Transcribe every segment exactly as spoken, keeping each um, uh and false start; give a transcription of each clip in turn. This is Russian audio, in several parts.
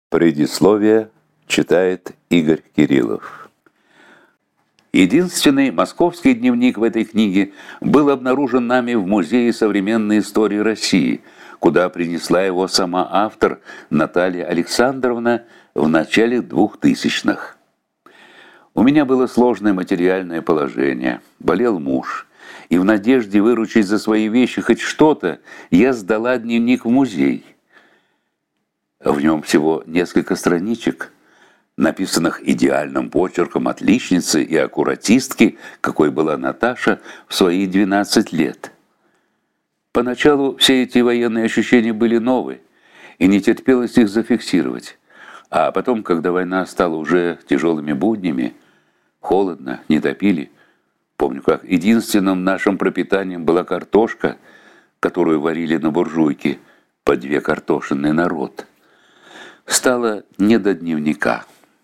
Предисловие читает Игорь Кириллов. Единственный московский дневник в этой книге был обнаружен нами в Музее современной истории России, куда принесла его сама автор Наталья Александровна в начале двухтысячных. У меня было сложное материальное положение, болел муж, и в надежде выручить за свои вещи хоть что-то, я сдала дневник в музей. В нем всего несколько страничек, написанных идеальным почерком отличницы и аккуратистки, какой была Наташа в свои двенадцать лет. Поначалу все эти военные ощущения были новые, и не терпелось их зафиксировать. А потом, когда война стала уже тяжелыми буднями, холодно, не топили, помню, как единственным нашим пропитанием была картошка, которую варили на буржуйке, по две картошины на рот. Стало не до дневника.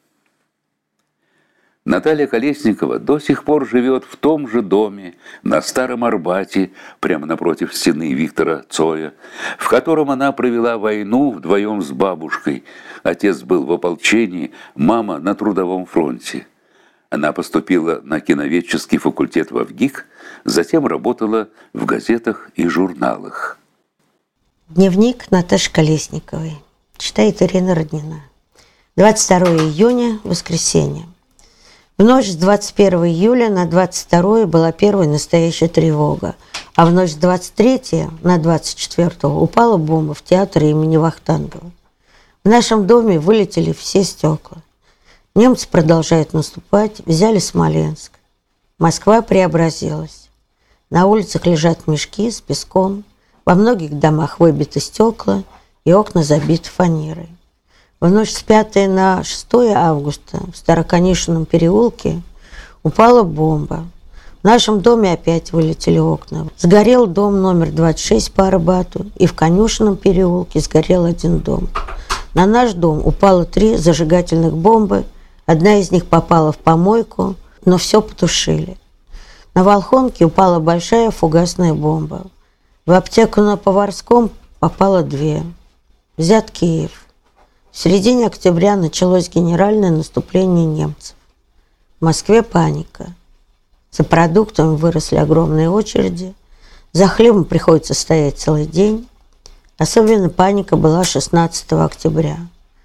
Наталья Колесникова до сих пор живет в том же доме на Старом Арбате, прямо напротив стены Виктора Цоя, в котором она провела войну вдвоем с бабушкой. Отец был в ополчении, мама на трудовом фронте. Она поступила на киноведческий факультет в ВГИК, затем работала в газетах и журналах. Дневник Наташи Колесниковой. Читает Ирина Роднина. двадцать второе июня, воскресенье. В ночь с двадцать первого июля на двадцать второе была первая настоящая тревога, а в ночь с двадцать третьего на двадцать четвёртое упала бомба в театре имени Вахтангова. В нашем доме вылетели все стекла. Немцы продолжают наступать, взяли Смоленск. Москва преобразилась. На улицах лежат мешки с песком, во многих домах выбиты стекла, и окна забиты фанерой. В ночь с пятого на шестое августа в Староконюшенном переулке упала бомба. В нашем доме опять вылетели окна. Сгорел дом номер двадцать шесть по Арбату, и в Конюшенном переулке сгорел один дом. На наш дом упало три зажигательных бомбы, одна из них попала в помойку, но все потушили. На Волхонке упала большая фугасная бомба. В аптеку на Поварском попало две. Взят Киев. В середине октября началось генеральное наступление немцев. В Москве паника. За продуктами выросли огромные очереди. За хлебом приходится стоять целый день. Особенно паника была шестнадцатого октября.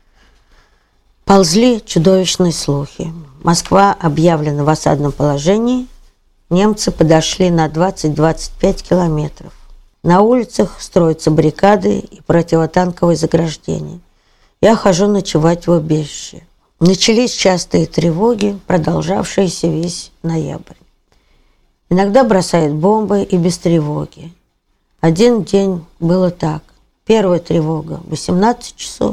Ползли чудовищные слухи. Москва объявлена в осадном положении. Немцы подошли на двадцать-двадцать пять километров. На улицах строятся баррикады и противотанковые заграждения. Я хожу ночевать в убежище. Начались частые тревоги, продолжавшиеся весь ноябрь. Иногда бросают бомбы и без тревоги. Один день было так. Первая тревога – восемнадцать часов,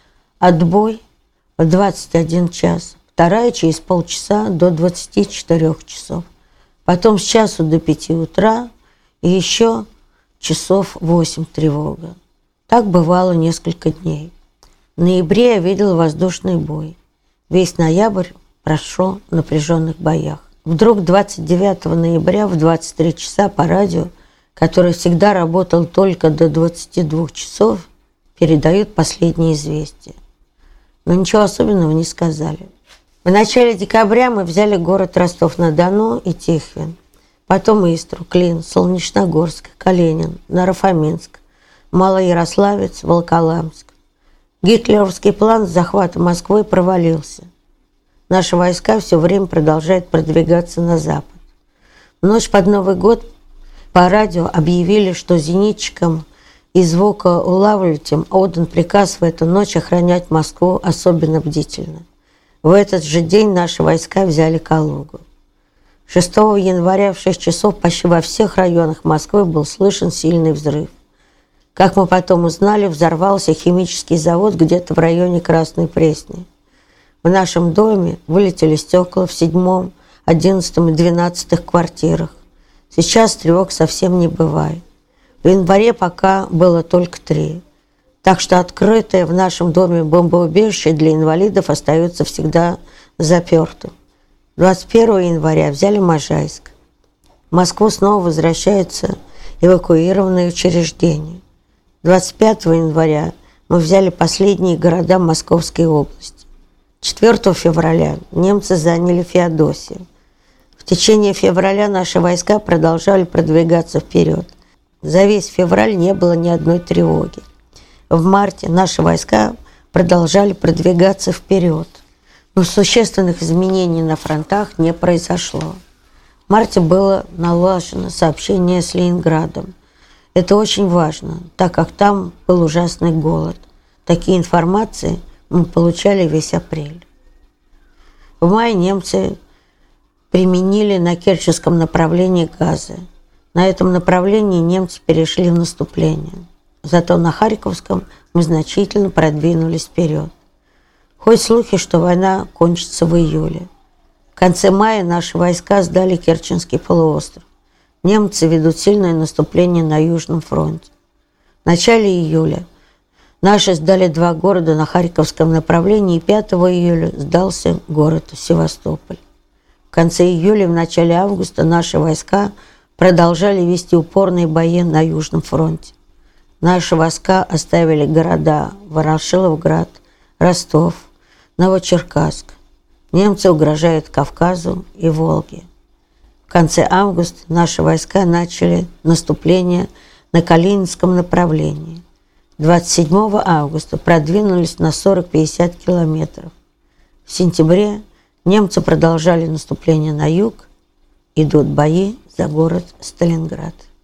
отбой в двадцать один час, вторая через полчаса до двадцати четырёх часов, потом с часу до пяти утра и еще часов восемь тревога. Так бывало несколько дней. В ноябре я видел воздушный бой. Весь ноябрь прошел в напряженных боях. Вдруг двадцать девятого ноября в двадцать три часа по радио, который всегда работал только до двадцати двух часов, передают последние известия. Но ничего особенного не сказали. В начале декабря мы взяли город Ростов-на-Дону и Тихвин. Потом Истру, Клин, Солнечногорск, Калинин, Наро-Фоминск, Малоярославец, Волоколамск. Гитлеровский план захвата Москвы провалился. Наши войска все время продолжают продвигаться на запад. В ночь под Новый год по радио объявили, что зенитчикам и звукоулавливателям отдан приказ в эту ночь охранять Москву особенно бдительно. В этот же день наши войска взяли Калугу. шестого января в шесть часов почти во всех районах Москвы был слышен сильный взрыв. Как мы потом узнали, взорвался химический завод где-то в районе Красной Пресни. В нашем доме вылетели стекла в седьмом, одиннадцатом и двенадцатых квартирах. Сейчас тревог совсем не бывает. В январе пока было только три. Так что открытое в нашем доме бомбоубежище для инвалидов остается всегда запертым. двадцать первого января взяли Можайск. В Москву снова возвращаются эвакуированные учреждения. двадцать пятого января мы взяли последние города Московской области. четвёртого февраля немцы заняли Феодосию. В течение февраля наши войска продолжали продвигаться вперед. За весь февраль не было ни одной тревоги. В марте наши войска продолжали продвигаться вперед, но существенных изменений на фронтах не произошло. В марте было налажено сообщение с Ленинградом. Это очень важно, так как там был ужасный голод. Такие информации мы получали весь апрель. В мае немцы применили на Керченском направлении газы. На этом направлении немцы перешли в наступление. Зато на Харьковском мы значительно продвинулись вперед. Ходят слухи, что война кончится в июле. В конце мая наши войска сдали Керченский полуостров. Немцы ведут сильное наступление на Южном фронте. В начале июля наши сдали два города на Харьковском направлении, и пятого июля сдался город Севастополь. В конце июля и в начале августа наши войска продолжали вести упорные бои на Южном фронте. Наши войска оставили города Ворошиловград, Ростов, Новочеркасск. Немцы угрожают Кавказу и Волге. В конце августа наши войска начали наступление на Калининском направлении. двадцать седьмого августа продвинулись на сорок-пятьдесят километров. В сентябре немцы продолжали наступление на юг. Идут бои за город Сталинград.